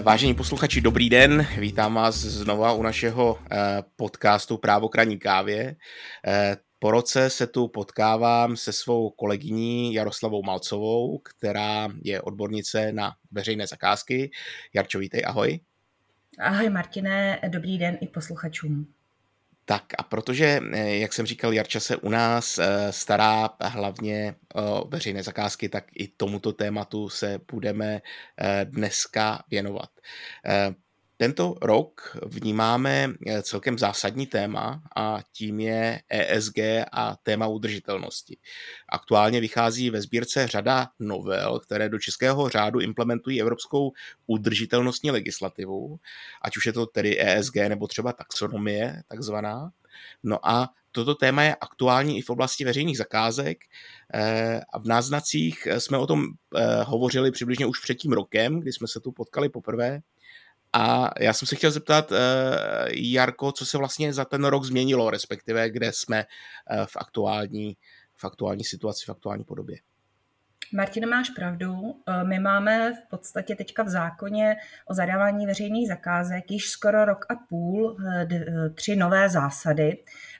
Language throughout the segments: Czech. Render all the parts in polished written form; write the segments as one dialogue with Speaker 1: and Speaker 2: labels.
Speaker 1: Vážení posluchači, dobrý den, vítám vás znova u našeho podcastu Právo k ranní kávě. Po roce se tu potkávám se svou kolegyní Jaroslavou Malcovou, která je odbornice na veřejné zakázky. Jarčo, vítej, ahoj.
Speaker 2: Ahoj Martine, dobrý den i posluchačům.
Speaker 1: Tak a protože, jak jsem říkal, Jarča se u nás stará hlavně o veřejné zakázky, tak i tomuto tématu se budeme dneska věnovat. Tento rok vnímáme celkem zásadní téma a tím je ESG a téma udržitelnosti. Aktuálně vychází ve sbírce řada novel, které do českého řádu implementují evropskou udržitelnostní legislativu, ať už je to tedy ESG nebo třeba taxonomie takzvaná. No a toto téma je aktuální i v oblasti veřejných zakázek a v náznacích jsme o tom hovořili přibližně už před tím rokem, kdy jsme se tu potkali poprvé. A já jsem se chtěl zeptat, Jarko, co se vlastně za ten rok změnilo, respektive kde jsme v aktuální situaci, v aktuální podobě.
Speaker 2: Martina, máš pravdu. My máme v podstatě teďka v zákoně o zadávání veřejných zakázek již skoro rok a půl 3 nové zásady.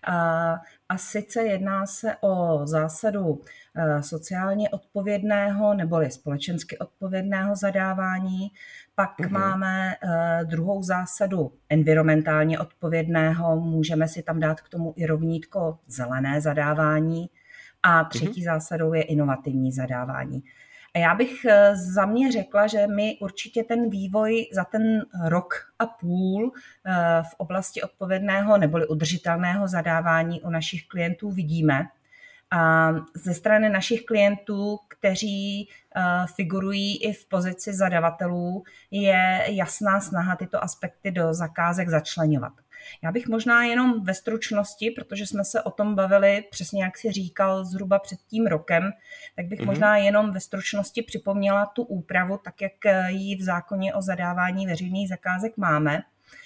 Speaker 2: A sice jedná se o zásadu sociálně odpovědného neboli společensky odpovědného zadávání. Pak máme druhou zásadu environmentálně odpovědného, můžeme si tam dát k tomu i rovnítko zelené zadávání. A třetí zásadou je inovativní zadávání. A já bych za mě řekla, že my určitě ten vývoj za ten rok a půl v oblasti odpovědného neboli udržitelného zadávání u našich klientů vidíme. A ze strany našich klientů, kteří figurují i v pozici zadavatelů, je jasná snaha tyto aspekty do zakázek začleňovat. Já bych možná jenom ve stručnosti, protože jsme se o tom bavili, přesně jak jsi říkal, zhruba před tím rokem, tak bych možná jenom ve stručnosti připomněla tu úpravu, tak jak ji v zákoně o zadávání veřejných zakázek máme.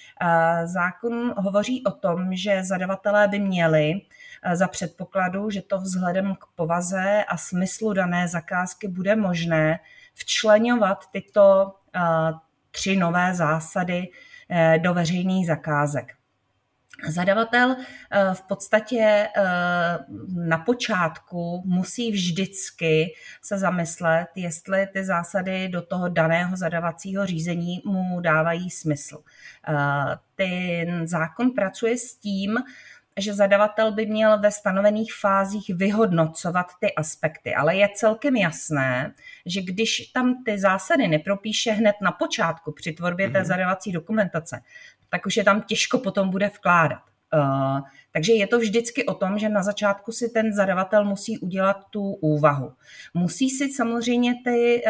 Speaker 2: Zákon hovoří o tom, že zadavatelé by měli za předpokladu, že to vzhledem k povaze a smyslu dané zakázky bude možné včleňovat tyto 3 nové zásady do veřejných zakázek. Zadavatel v podstatě na počátku musí vždycky se zamyslet, jestli ty zásady do toho daného zadavacího řízení mu dávají smysl. Ten zákon pracuje s tím, že zadavatel by měl ve stanovených fázích vyhodnocovat ty aspekty, ale je celkem jasné, že když tam ty zásady nepropíše hned na počátku při tvorbě té zadávací dokumentace, tak už je tam těžko potom bude vkládat. Takže je to vždycky o tom, že na začátku si ten zadavatel musí udělat tu úvahu. Musí si samozřejmě ty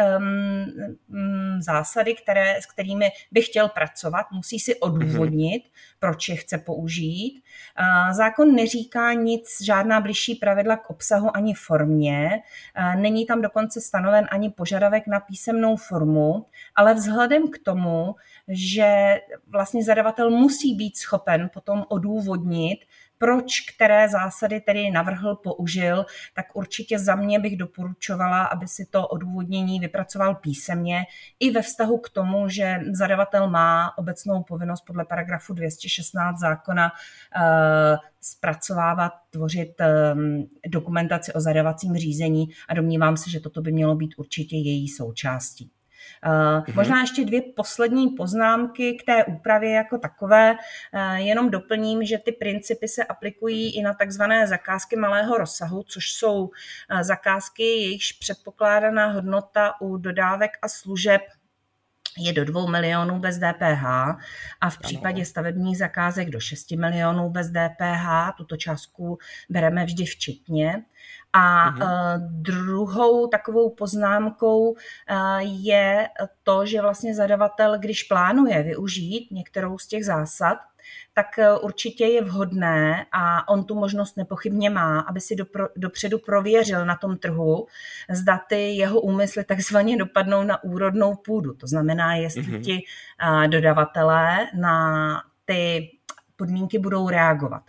Speaker 2: zásady, s kterými by chtěl pracovat, musí si odůvodnit, proč je chce použít. Zákon neříká nic, žádná bližší pravidla k obsahu ani formě, není tam dokonce stanoven ani požadavek na písemnou formu, ale vzhledem k tomu, že vlastně zadavatel musí být schopen potom odůvodnit, proč které zásady tedy navrhl, použil, tak určitě za mě bych doporučovala, aby si to odůvodnění vypracoval písemně i ve vztahu k tomu, že zadavatel má obecnou povinnost podle paragrafu 216 zákona zpracovávat, tvořit dokumentaci o zadávacím řízení a domnívám se, že toto by mělo být určitě její součástí. Možná ještě 2 poslední poznámky k té úpravě jako takové. Jenom doplním, že ty principy se aplikují i na takzvané zakázky malého rozsahu, což jsou zakázky, jejichž předpokládaná hodnota u dodávek a služeb je do 2 milionů bez DPH a v případě stavebních zakázek do 6 milionů bez DPH. Tuto částku bereme vždy včetně. A druhou takovou poznámkou je to, že vlastně zadavatel, když plánuje využít některou z těch zásad, tak určitě je vhodné a on tu možnost nepochybně má, aby si dopředu prověřil na tom trhu, zda ty jeho úmysly takzvaně dopadnou na úrodnou půdu. To znamená, jestli ti dodavatelé na ty podmínky budou reagovat.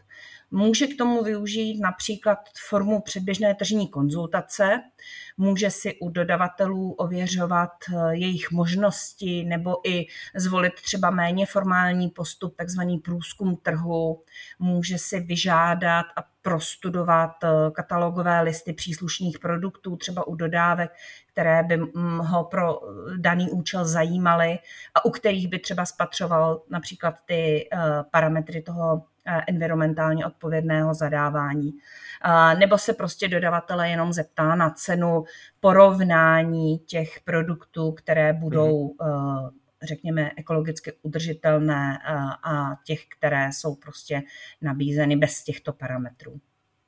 Speaker 2: Může k tomu využít například formu předběžné tržní konzultace, může si u dodavatelů ověřovat jejich možnosti nebo i zvolit třeba méně formální postup, takzvaný průzkum trhu, může si vyžádat a prostudovat katalogové listy příslušných produktů, třeba u dodávek, které by ho pro daný účel zajímaly a u kterých by třeba spatřoval například ty parametry toho environmentálně odpovědného zadávání. Nebo se prostě dodavatele jenom zeptá na cenu porovnání těch produktů, které budou, řekněme, ekologicky udržitelné a těch, které jsou prostě nabízeny bez těchto parametrů.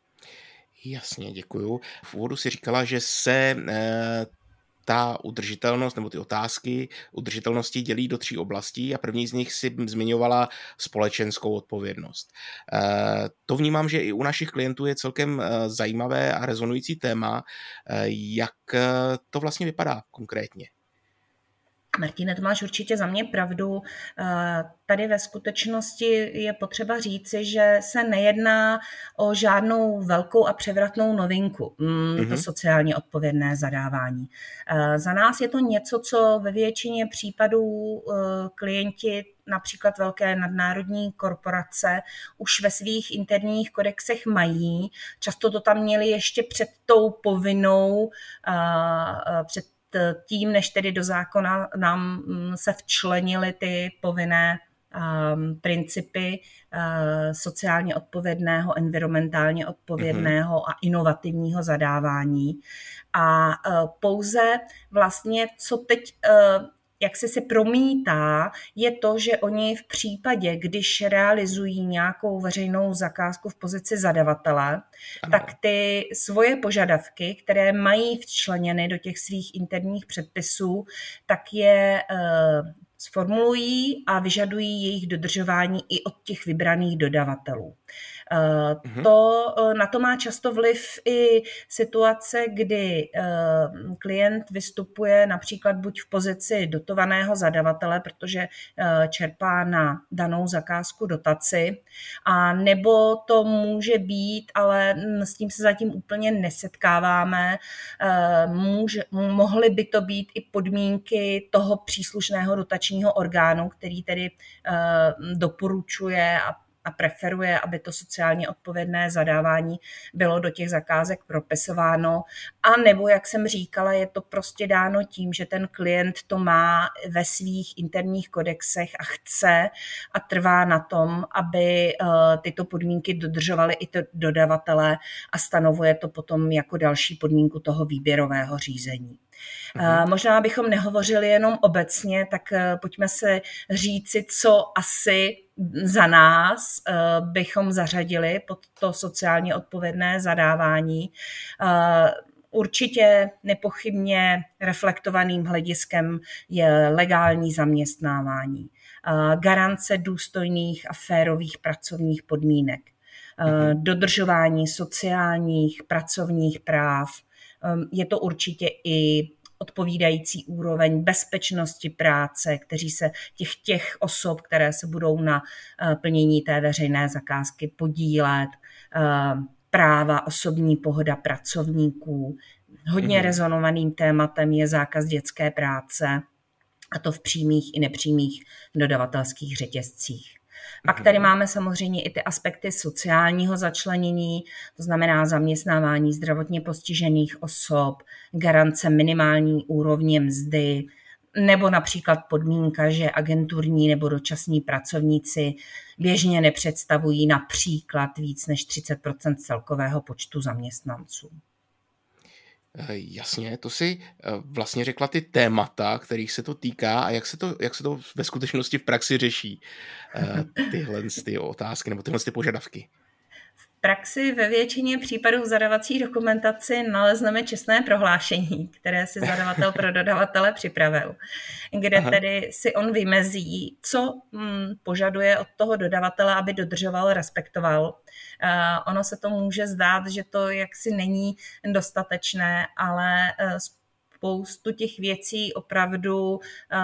Speaker 1: Jasně, děkuju. V úvodu si říkala, že se ta udržitelnost nebo ty otázky udržitelnosti dělí do 3 oblastí a první z nich si zmiňovala společenskou odpovědnost. To vnímám, že i u našich klientů je celkem zajímavé a rezonující téma. Jak to vlastně vypadá konkrétně?
Speaker 2: Martine, to máš určitě za mě pravdu. Tady ve skutečnosti je potřeba říci, že se nejedná o žádnou velkou a převratnou novinku, to sociálně odpovědné zadávání. Za nás je to něco, co ve většině případů klienti, například velké nadnárodní korporace, už ve svých interních kodexech mají. Často to tam měli ještě před tou povinnou, před tím, než tedy do zákona nám se včlenily ty povinné principy sociálně odpovědného, environmentálně odpovědného a inovativního zadávání. A pouze vlastně, co teď jak se promítá, je to, že oni v případě, když realizují nějakou veřejnou zakázku v pozici zadavatele, tak ty svoje požadavky, které mají včleněny do těch svých interních předpisů, tak je sformulují a vyžadují jejich dodržování i od těch vybraných dodavatelů. Na to má často vliv i situace, kdy klient vystupuje například buď v pozici dotovaného zadavatele, protože čerpá na danou zakázku dotaci, a nebo to může být, ale s tím se zatím úplně nesetkáváme, mohly by to být i podmínky toho příslušného dotačního orgánu, který tedy doporučuje a preferuje, aby to sociálně odpovědné zadávání bylo do těch zakázek propisováno. A nebo, jak jsem říkala, je to prostě dáno tím, že ten klient to má ve svých interních kodexech a chce a trvá na tom, aby tyto podmínky dodržovaly i dodavatelé a stanovuje to potom jako další podmínku toho výběrového řízení. Možná bychom nehovořili jenom obecně, tak pojďme se říci, co asi za nás bychom zařadili pod to sociálně odpovědné zadávání. Určitě nepochybně reflektovaným hlediskem je legální zaměstnávání, garance důstojných a férových pracovních podmínek, dodržování sociálních, pracovních práv. Je to určitě i odpovídající úroveň bezpečnosti práce, těch osob, které se budou na plnění té veřejné zakázky podílet, práva, osobní pohoda pracovníků. Hodně rezonovaným tématem je zákaz dětské práce, a to v přímých i nepřímých dodavatelských řetězcích. Pak tady máme samozřejmě i ty aspekty sociálního začlenění, to znamená zaměstnávání zdravotně postižených osob, garance minimální úrovně mzdy, nebo například podmínka, že agenturní nebo dočasní pracovníci běžně nepředstavují například víc než 30% celkového počtu zaměstnanců.
Speaker 1: Jasně, to si vlastně řekla ty témata, kterých se to týká a jak se to ve skutečnosti v praxi řeší, tyhle ty otázky nebo tyhle ty požadavky.
Speaker 2: V praxi ve většině případů v zadávací dokumentaci nalezneme čestné prohlášení, které si zadavatel pro dodavatele připravil, kde tedy si on vymezí, co požaduje od toho dodavatele, aby dodržoval, respektoval. Ono se to může zdát, že to jaksi není dostatečné, ale spoustu těch věcí opravdu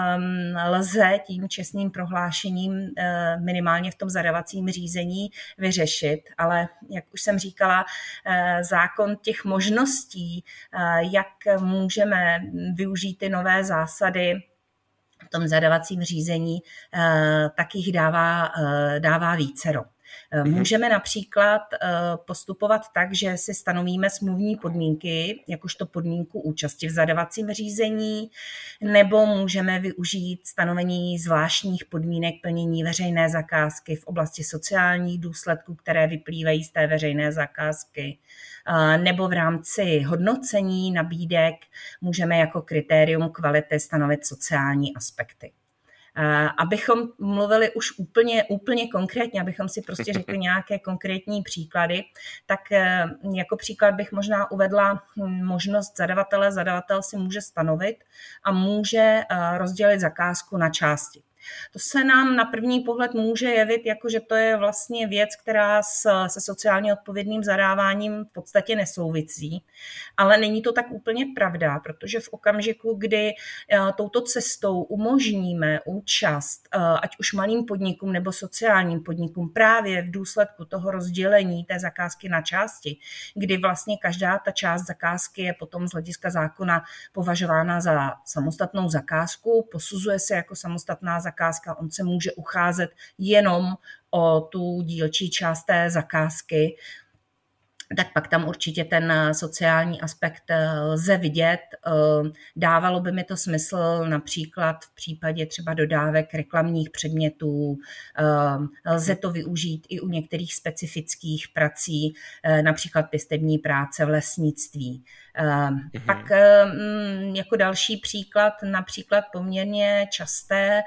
Speaker 2: lze tím čestným prohlášením minimálně v tom zadávacím řízení vyřešit, ale jak už jsem říkala, zákon těch možností, jak můžeme využít ty nové zásady v tom zadávacím řízení, tak jich dává vícero. Můžeme například postupovat tak, že si stanovíme smluvní podmínky, jakožto podmínku účasti v zadávacím řízení, nebo můžeme využít stanovení zvláštních podmínek plnění veřejné zakázky v oblasti sociálních důsledků, které vyplývají z té veřejné zakázky, nebo v rámci hodnocení nabídek můžeme jako kritérium kvality stanovit sociální aspekty. Abychom mluvili už úplně konkrétně, abychom si prostě řekli nějaké konkrétní příklady, tak jako příklad bych možná uvedla možnost zadavatele. Zadavatel si může stanovit a může rozdělit zakázku na části. To se nám na první pohled může jevit, jako že to je vlastně věc, která se sociálně odpovědným zadáváním v podstatě nesouvisí, ale není to tak úplně pravda, protože v okamžiku, kdy touto cestou umožníme účast, ať už malým podnikům nebo sociálním podnikům, právě v důsledku toho rozdělení té zakázky na části, kdy vlastně každá ta část zakázky je potom z hlediska zákona považována za samostatnou zakázku, posuzuje se jako samostatná zakázka, on se může ucházet jenom o tu dílčí část té zakázky, tak pak tam určitě ten sociální aspekt lze vidět. Dávalo by mi to smysl například v případě třeba dodávek reklamních předmětů. Lze to využít i u některých specifických prací, například pěstební práce v lesnictví. Pak jako další příklad, například poměrně časté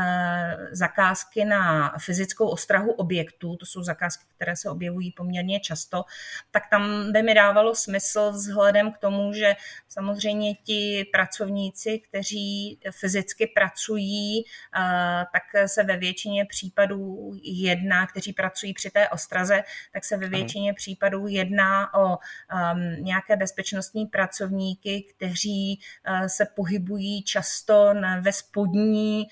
Speaker 2: zakázky na fyzickou ostrahu objektů, to jsou zakázky, které se objevují poměrně často, tak tam by mi dávalo smysl vzhledem k tomu, že samozřejmě ti pracovníci, kteří fyzicky pracují, tak se ve většině případů jedná, kteří pracují při té ostraze, tak se ve většině případů jedná o nějaké bezpečnostní pracovníky, kteří se pohybují často ve spodní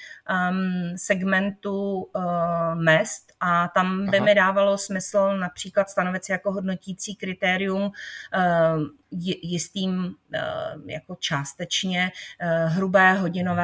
Speaker 2: segmentu mezd a tam by mi dávalo smysl například stanovit si jako hodnotící kritérium jistým jako částečně hrubá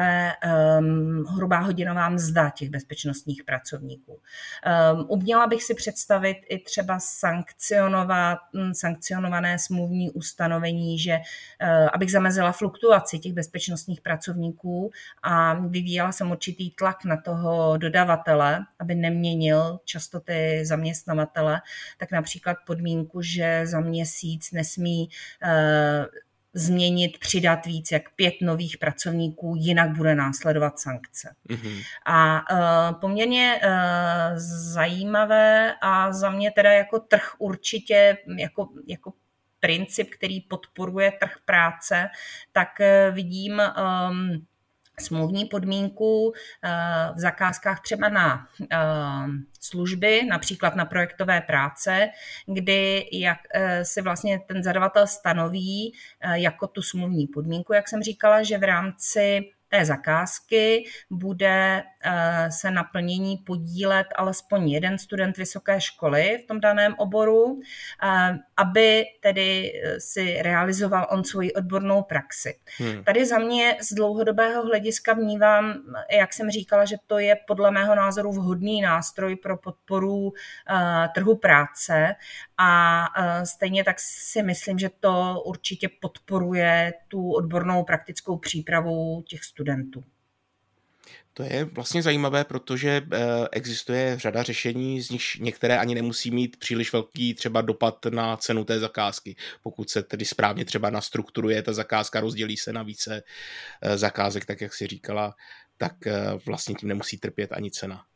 Speaker 2: hodinová mzda těch bezpečnostních pracovníků. Uměla bych si představit i třeba sankcionované smluvní ustanovení, že abych zamezila fluktuaci těch bezpečnostních pracovníků a vyvíjela jsem určitý tlak na toho dodavatele, aby neměnil často ty zaměstnavatele, tak například podmínku, že za měsíc nesmí změnit, přidat víc jak 5 nových pracovníků, jinak bude následovat sankce. A poměrně zajímavé a za mě teda jako trh určitě jako princip, který podporuje trh práce, tak vidím smluvní podmínku v zakázkách třeba na služby, například na projektové práce, kdy jak si vlastně ten zadavatel stanoví jako tu smluvní podmínku, jak jsem říkala, že v rámci té zakázky bude se na plnění podílet alespoň jeden student vysoké školy v tom daném oboru, aby tedy si realizoval on svoji odbornou praxi. Tady za mě z dlouhodobého hlediska vnímám, jak jsem říkala, že to je podle mého názoru vhodný nástroj pro podporu trhu práce a stejně tak si myslím, že to určitě podporuje tu odbornou praktickou přípravu těch studentů.
Speaker 1: To je vlastně zajímavé, protože existuje řada řešení, z nichž některé ani nemusí mít příliš velký třeba dopad na cenu té zakázky. Pokud se tedy správně třeba nastrukturuje ta zakázka, rozdělí se na více zakázek, tak jak si říkala, tak vlastně tím nemusí trpět ani cena.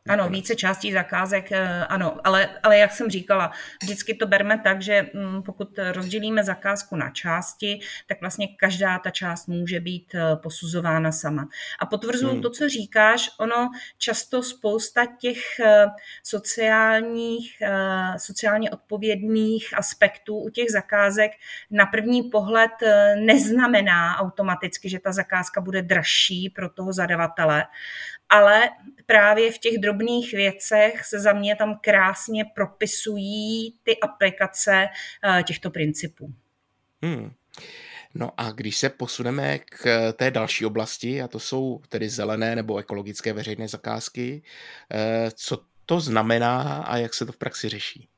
Speaker 2: Ano, více částí zakázek, ano, ale jak jsem říkala, vždycky to berme tak, že pokud rozdělíme zakázku na části, tak vlastně každá ta část může být posuzována sama. A potvrzuju to, co říkáš, ono často spousta těch sociálně odpovědných aspektů u těch zakázek na první pohled neznamená automaticky, že ta zakázka bude dražší pro toho zadavatele, ale právě v těch drobných věcech se za mě tam krásně propisují ty aplikace těchto principů.
Speaker 1: No a když se posuneme k té další oblasti, a to jsou tedy zelené nebo ekologické veřejné zakázky, co to znamená a jak se to v praxi řeší?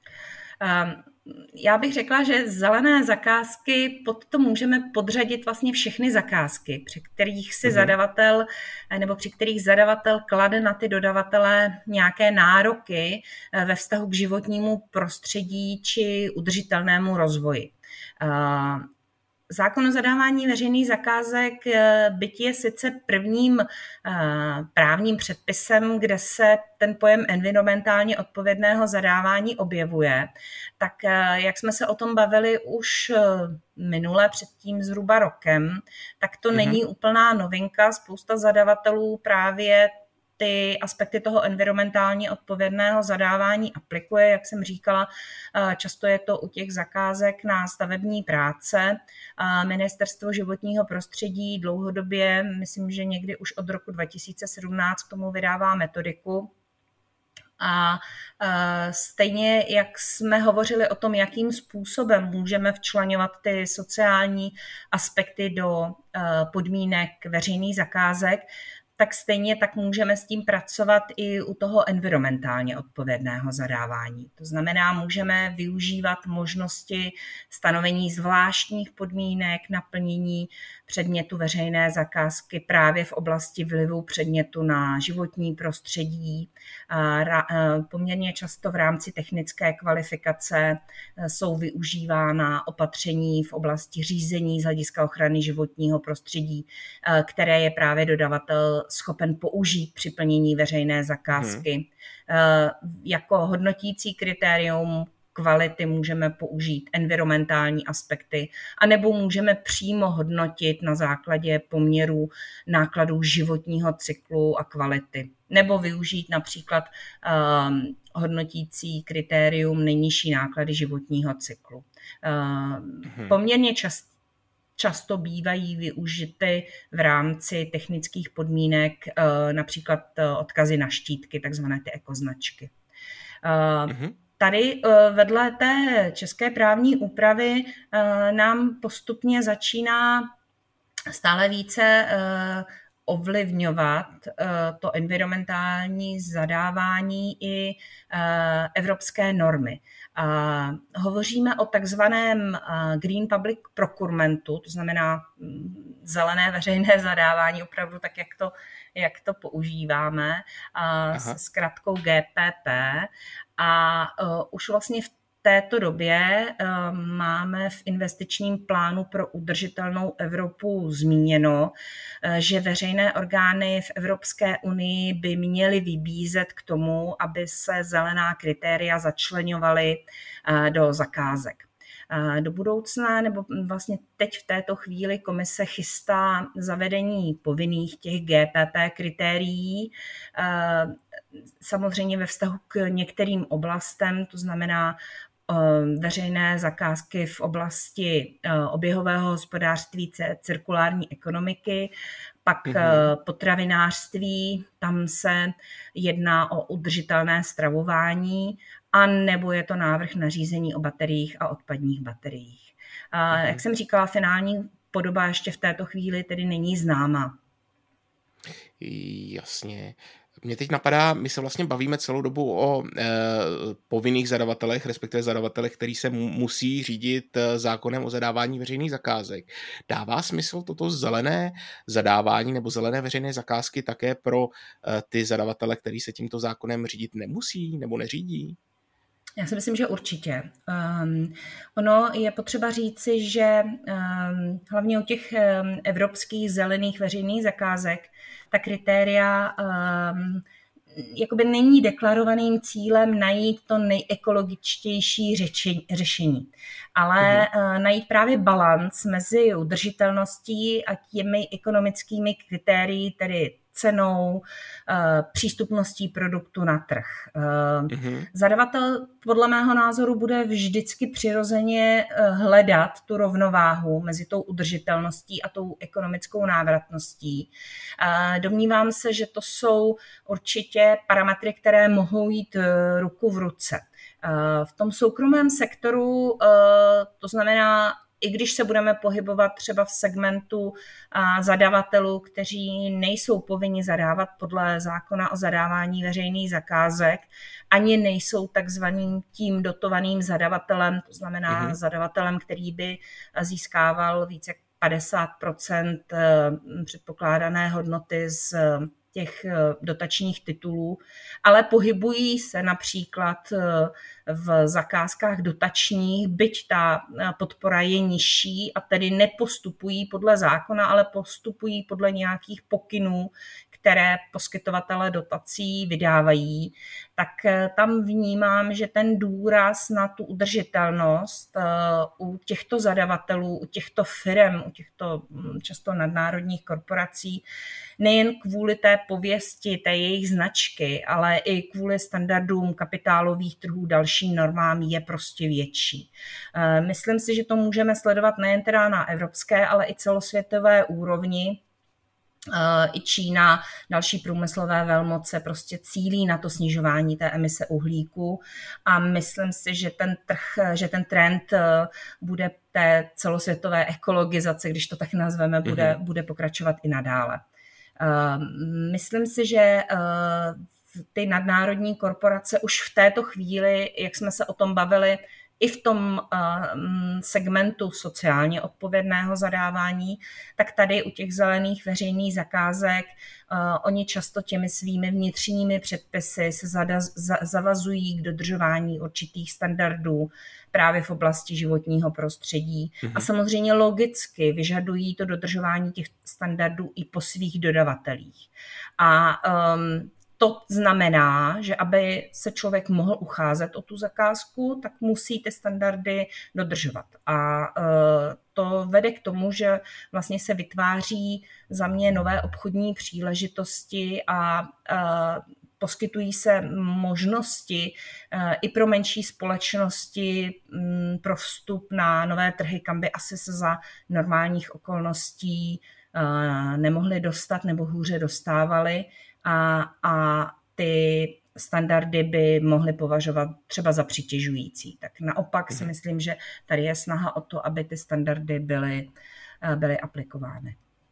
Speaker 2: Já bych řekla, že zelené zakázky, pod to můžeme podřadit vlastně všechny zakázky, při kterých si zadavatel nebo při kterých zadavatel klade na ty dodavatele nějaké nároky ve vztahu k životnímu prostředí či udržitelnému rozvoji. Zákon o zadávání veřejných zakázek, byť je sice prvním právním předpisem, kde se ten pojem environmentálně odpovědného zadávání objevuje, tak jak jsme se o tom bavili už minule, předtím zhruba rokem, tak to není úplná novinka. Spousta zadavatelů právě ty aspekty toho environmentálně odpovědného zadávání aplikuje, jak jsem říkala, často je to u těch zakázek na stavební práce. Ministerstvo životního prostředí dlouhodobě, myslím, že někdy už od roku 2017 k tomu vydává metodiku. A stejně, jak jsme hovořili o tom, jakým způsobem můžeme včleňovat ty sociální aspekty do podmínek veřejných zakázek, tak stejně tak můžeme s tím pracovat i u toho environmentálně odpovědného zadávání. To znamená, můžeme využívat možnosti stanovení zvláštních podmínek naplnění předmětu veřejné zakázky právě v oblasti vlivu předmětu na životní prostředí. Poměrně často v rámci technické kvalifikace jsou využívána opatření v oblasti řízení z hlediska ochrany životního prostředí, které je právě dodavatel schopen použít při plnění veřejné zakázky. Jako hodnotící kritérium kvality můžeme použít environmentální aspekty, anebo můžeme přímo hodnotit na základě poměru nákladů životního cyklu a kvality. Nebo využít například hodnotící kritérium nejnižší náklady životního cyklu. Poměrně často bývají využity v rámci technických podmínek například odkazy na štítky, takzvané ty ekoznačky. Tady vedle té české právní úpravy nám postupně začíná stále více ovlivňovat to environmentální zadávání i evropské normy. Hovoříme o takzvaném Green Public Procurementu, to znamená zelené veřejné zadávání, opravdu tak, jak to používáme, se zkratkou GPP. A už vlastně v této době máme v investičním plánu pro udržitelnou Evropu zmíněno, že veřejné orgány v Evropské unii by měly vybízet k tomu, aby se zelená kritéria začleňovaly do zakázek. Do budoucna, nebo vlastně teď v této chvíli komise chystá zavedení povinných těch GPP kritérií, samozřejmě ve vztahu k některým oblastem, to znamená veřejné zakázky v oblasti oběhového hospodářství, cirkulární ekonomiky, pak potravinářství, tam se jedná o udržitelné stravování, a nebo je to návrh nařízení o bateriích a odpadních bateriích. Jak jsem říkala, finální podoba ještě v této chvíli tedy není známa.
Speaker 1: Jasně. Mě teď napadá, my se vlastně bavíme celou dobu o povinných zadavatelech, respektive zadavatelech, který se musí řídit zákonem o zadávání veřejných zakázek. Dává smysl toto zelené zadávání nebo zelené veřejné zakázky také pro ty zadavatele, který se tímto zákonem řídit nemusí nebo neřídí?
Speaker 2: Já si myslím, že určitě. Ono je potřeba říci, že hlavně u těch evropských zelených veřejných zakázek ta kritéria jakoby není deklarovaným cílem najít to nejekologičtější řešení, ale najít právě balanc mezi udržitelností a těmi ekonomickými kritérii, tedy cenou, přístupností produktu na trh. Zadavatel podle mého názoru bude vždycky přirozeně hledat tu rovnováhu mezi tou udržitelností a tou ekonomickou návratností. Domnívám se, že to jsou určitě parametry, které mohou jít ruku v ruce. V tom soukromém sektoru, to znamená, i když se budeme pohybovat třeba v segmentu zadavatelů, kteří nejsou povinni zadávat podle zákona o zadávání veřejných zakázek, ani nejsou takzvaným tím dotovaným zadavatelem, to znamená zadavatelem, který by získával více jak 50% předpokládané hodnoty z těch dotačních titulů, ale pohybují se například v zakázkách dotačních, byť ta podpora je nižší a tedy nepostupují podle zákona, ale postupují podle nějakých pokynů, které poskytovatelé dotací vydávají, tak tam vnímám, že ten důraz na tu udržitelnost u těchto zadavatelů, u těchto firem, u těchto často nadnárodních korporací, nejen kvůli té pověsti, té jejich značky, ale i kvůli standardům kapitálových trhů, dalším normám je prostě větší. Myslím si, že to můžeme sledovat nejen teda na evropské, ale i celosvětové úrovni. I Čína, další průmyslové velmoce prostě cílí na to snižování té emise uhlíku a myslím si, že ten trend bude té celosvětové ekologizace, když to tak nazveme, bude pokračovat i nadále. Myslím si, že ty nadnárodní korporace už v této chvíli, jak jsme se o tom bavili, i v tom segmentu sociálně odpovědného zadávání, tak tady u těch zelených veřejných zakázek oni často těmi svými vnitřními předpisy se zavazují k dodržování určitých standardů právě v oblasti životního prostředí. A samozřejmě logicky vyžadují to dodržování těch standardů i po svých dodavatelích. A to znamená, že aby se člověk mohl ucházet o tu zakázku, tak musí ty standardy dodržovat. A to vede k tomu, že vlastně se vytváří za mě nové obchodní příležitosti a poskytují se možnosti i pro menší společnosti pro vstup na nové trhy, kam by asi se za normálních okolností nemohli dostat nebo hůře dostávali. A ty standardy by mohly považovat třeba za přitěžující. Tak naopak si myslím, že tady je snaha o to, aby ty standardy byly aplikovány.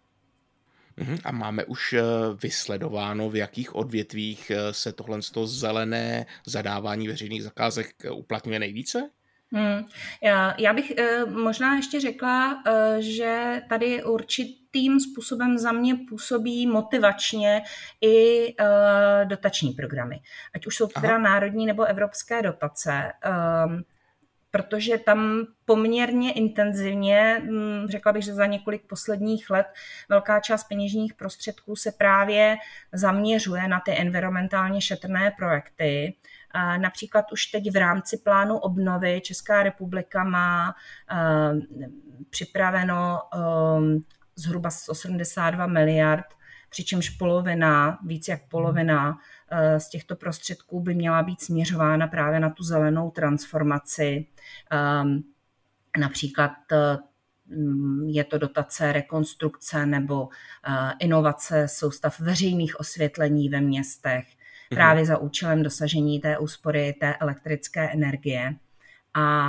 Speaker 1: A máme už vysledováno, v jakých odvětvích se tohle zelené zadávání veřejných zakázek uplatňuje nejvíce?
Speaker 2: Já bych možná ještě řekla, že tady určitým způsobem za mě působí motivačně i dotační programy. Ať už jsou to teda národní nebo evropské dotace, protože tam poměrně intenzivně, řekla bych, že za několik posledních let velká část peněžních prostředků se právě zaměřuje na ty environmentálně šetrné projekty. Například už teď v rámci plánu obnovy Česká republika má připraveno zhruba 82 miliard, přičemž víc jak polovina z těchto prostředků by měla být směřována právě na tu zelenou transformaci. Například je to dotace rekonstrukce nebo inovace soustav veřejných osvětlení ve městech, právě za účelem dosažení té úspory té elektrické energie. A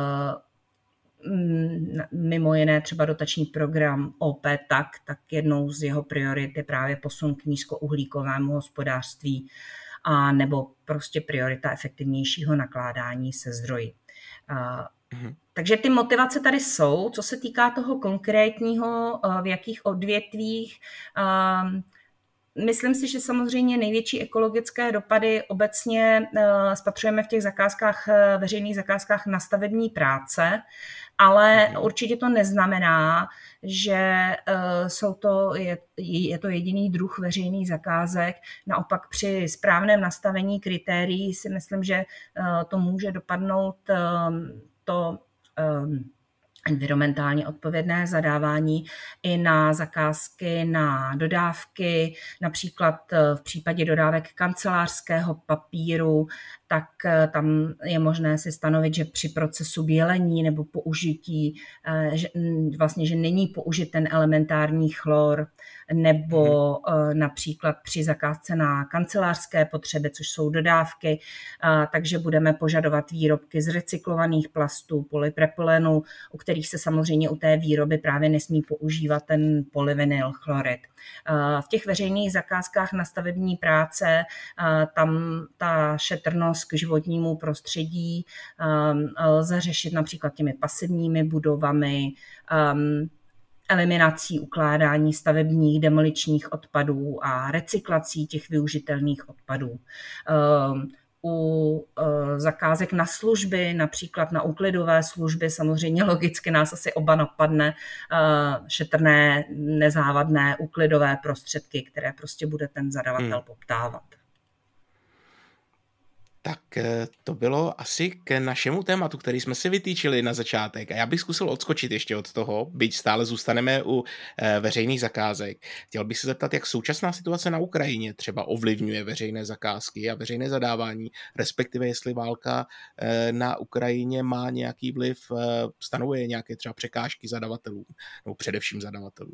Speaker 2: mimo jiné třeba dotační program OP tak jednou z jeho priorit je právě posun k nízkouhlíkovému hospodářství a nebo prostě priorita efektivnějšího nakládání se zdroji. Takže ty motivace tady jsou. Co se týká toho konkrétního, v jakých odvětvích, Myslím si, že samozřejmě největší ekologické dopady obecně spatřujeme v těch zakázkách, veřejných zakázkách na stavební práce, ale určitě to neznamená, že je to jediný druh veřejných zakázek. Naopak při správném nastavení kritérií si myslím, že to může dopadnout to environmentálně odpovědné zadávání i na zakázky na dodávky, například v případě dodávek kancelářského papíru, tak tam je možné si stanovit, že při procesu bělení nebo použití, že není použit ten elementární chlor, nebo například při zakázce na kancelářské potřeby, což jsou dodávky, takže budeme požadovat výrobky z recyklovaných plastů, polypropylenu, u kterých se samozřejmě u té výroby právě nesmí používat ten polyvinyl chlorid. V těch veřejných zakázkách na stavební práce tam ta šetrnost k životnímu prostředí lze řešit například těmi pasivními budovami, eliminací ukládání stavebních demoličních odpadů a recyklací těch využitelných odpadů. U zakázek na služby, například na úklidové služby, samozřejmě logicky nás asi oba napadne šetrné, nezávadné úklidové prostředky, které prostě bude ten zadavatel poptávat.
Speaker 1: Tak to bylo asi k našemu tématu, který jsme si vytýčili na začátek. A já bych zkusil odskočit ještě od toho, byť stále zůstaneme u veřejných zakázek. Chtěl bych se zeptat, jak současná situace na Ukrajině třeba ovlivňuje veřejné zakázky a veřejné zadávání, respektive jestli válka na Ukrajině má nějaký vliv, stanovuje nějaké třeba překážky zadavatelům, nebo především zadavatelům.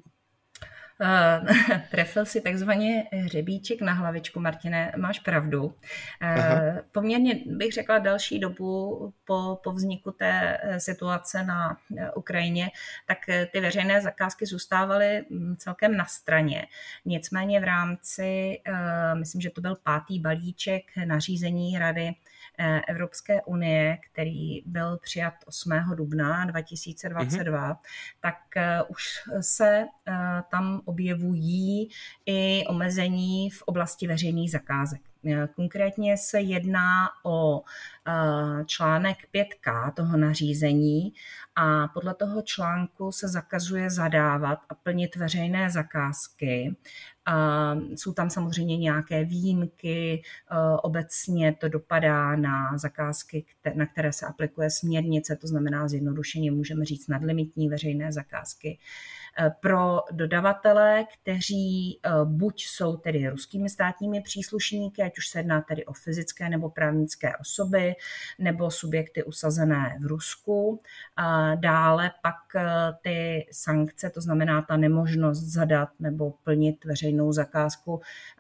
Speaker 2: Trefil si takzvaně hřebíček na hlavičku, Martine, máš pravdu. Poměrně bych řekla další dobu po vzniku té situace na Ukrajině, tak ty veřejné zakázky zůstávaly celkem na straně. Nicméně v rámci, myslím, že to byl 5. balíček nařízení Rady Evropské unie, který byl přijat 8. dubna 2022, tak už se tam objevují i omezení v oblasti veřejných zakázek. Konkrétně se jedná o článek 5K toho nařízení a podle toho článku se zakazuje zadávat a plnit veřejné zakázky. Jsou tam samozřejmě nějaké výjimky, obecně to dopadá na zakázky, na které se aplikuje směrnice, to znamená zjednodušeně můžeme říct nadlimitní veřejné zakázky. Pro dodavatele, kteří buď jsou tedy ruskými státními příslušníky, ať už se jedná tedy o fyzické nebo právnické osoby, nebo subjekty usazené v Rusku. Dále pak ty sankce, to znamená ta nemožnost zadat nebo plnit veřejnou zakázku,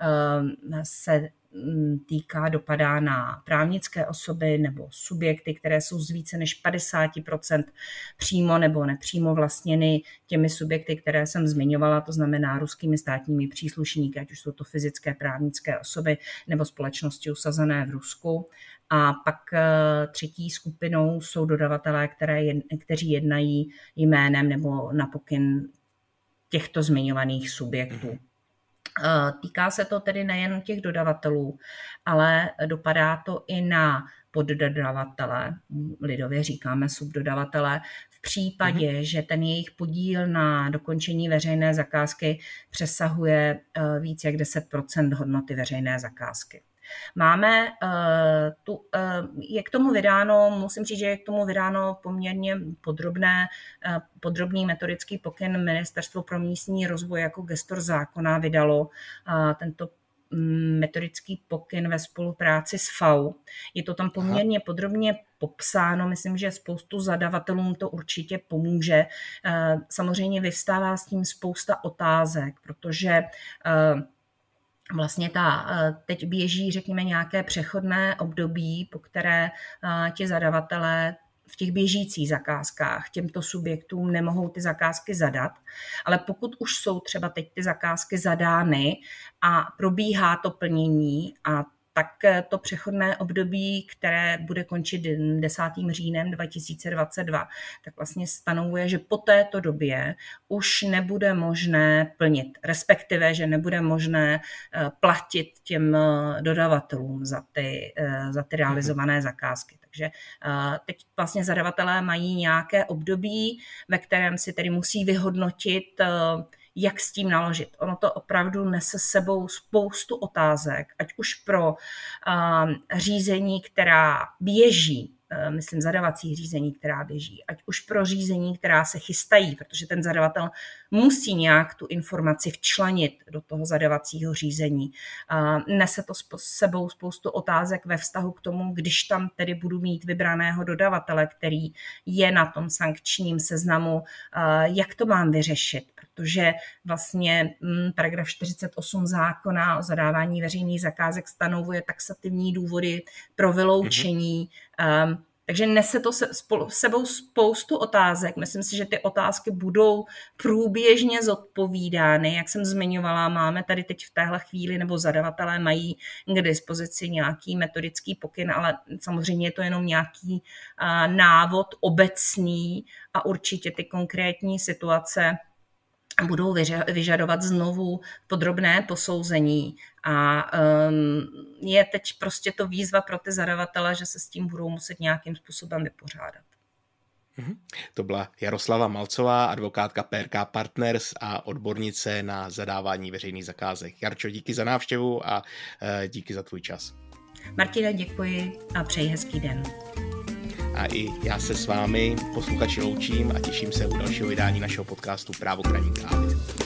Speaker 2: se dopadá na právnické osoby nebo subjekty, které jsou z více než 50% přímo nebo nepřímo vlastněny těmi subjekty, které jsem zmiňovala, to znamená ruskými státními příslušníky, ať už jsou to fyzické, právnické osoby nebo společnosti usazené v Rusku. A pak třetí skupinou jsou dodavatelé, kteří jednají jménem nebo na pokyn těchto zmiňovaných subjektů. Týká se to tedy nejen těch dodavatelů, ale dopadá to i na poddodavatele, lidově říkáme subdodavatele, v případě, že ten jejich podíl na dokončení veřejné zakázky přesahuje víc jak 10% hodnoty veřejné zakázky. Máme je k tomu vydáno, musím říct, že je k tomu vydáno poměrně podrobný metodický pokyn. Ministerstvo pro místní rozvoj jako gestor zákona vydalo tento metodický pokyn ve spolupráci s FAU. Je to tam poměrně podrobně popsáno, myslím, že spoustu zadavatelům to určitě pomůže. Samozřejmě vyvstává s tím spousta otázek, protože vlastně teď běží, řekněme, nějaké přechodné období, po které ti zadavatelé v těch běžících zakázkách těmto subjektům nemohou ty zakázky zadat, ale pokud už jsou třeba teď ty zakázky zadány a probíhá to plnění a tak to přechodné období, které bude končit 10. říjnem 2022, tak vlastně stanovuje, že po této době už nebude možné plnit, respektive, že nebude možné platit těm dodavatelům za ty realizované zakázky. Takže teď vlastně zadavatelé mají nějaké období, ve kterém si tedy musí vyhodnotit, jak s tím naložit. Ono to opravdu nese s sebou spoustu otázek, ať už pro řízení, která běží, myslím zadavací řízení, která běží, ať už pro řízení, která se chystají, protože ten zadavatel musí nějak tu informaci včlenit do toho zadavacího řízení. Nese to s sebou spoustu otázek ve vztahu k tomu, když tam tedy budu mít vybraného dodavatele, který je na tom sankčním seznamu, jak to mám vyřešit, protože vlastně paragraf 48 zákona o zadávání veřejných zakázek stanovuje taxativní důvody pro vyloučení. Takže nese to sebou spoustu otázek. Myslím si, že ty otázky budou průběžně zodpovídány. Jak jsem zmiňovala, máme tady teď v téhle chvíli, nebo zadavatelé mají k dispozici nějaký metodický pokyn, ale samozřejmě je to jenom nějaký návod obecný a určitě ty konkrétní situace budou vyžadovat znovu podrobné posouzení a je teď prostě to výzva pro ty zadavatele, že se s tím budou muset nějakým způsobem vypořádat.
Speaker 1: To byla Jaroslava Malcová, advokátka PRK Partners a odbornice na zadávání veřejných zakázek. Jarčo, díky za návštěvu a díky za tvůj čas.
Speaker 2: Martine, děkuji a přeji hezký den.
Speaker 1: A i já se s vámi, posluchači, loučím a těším se u dalšího vydání našeho podcastu Právo k ranní kávě.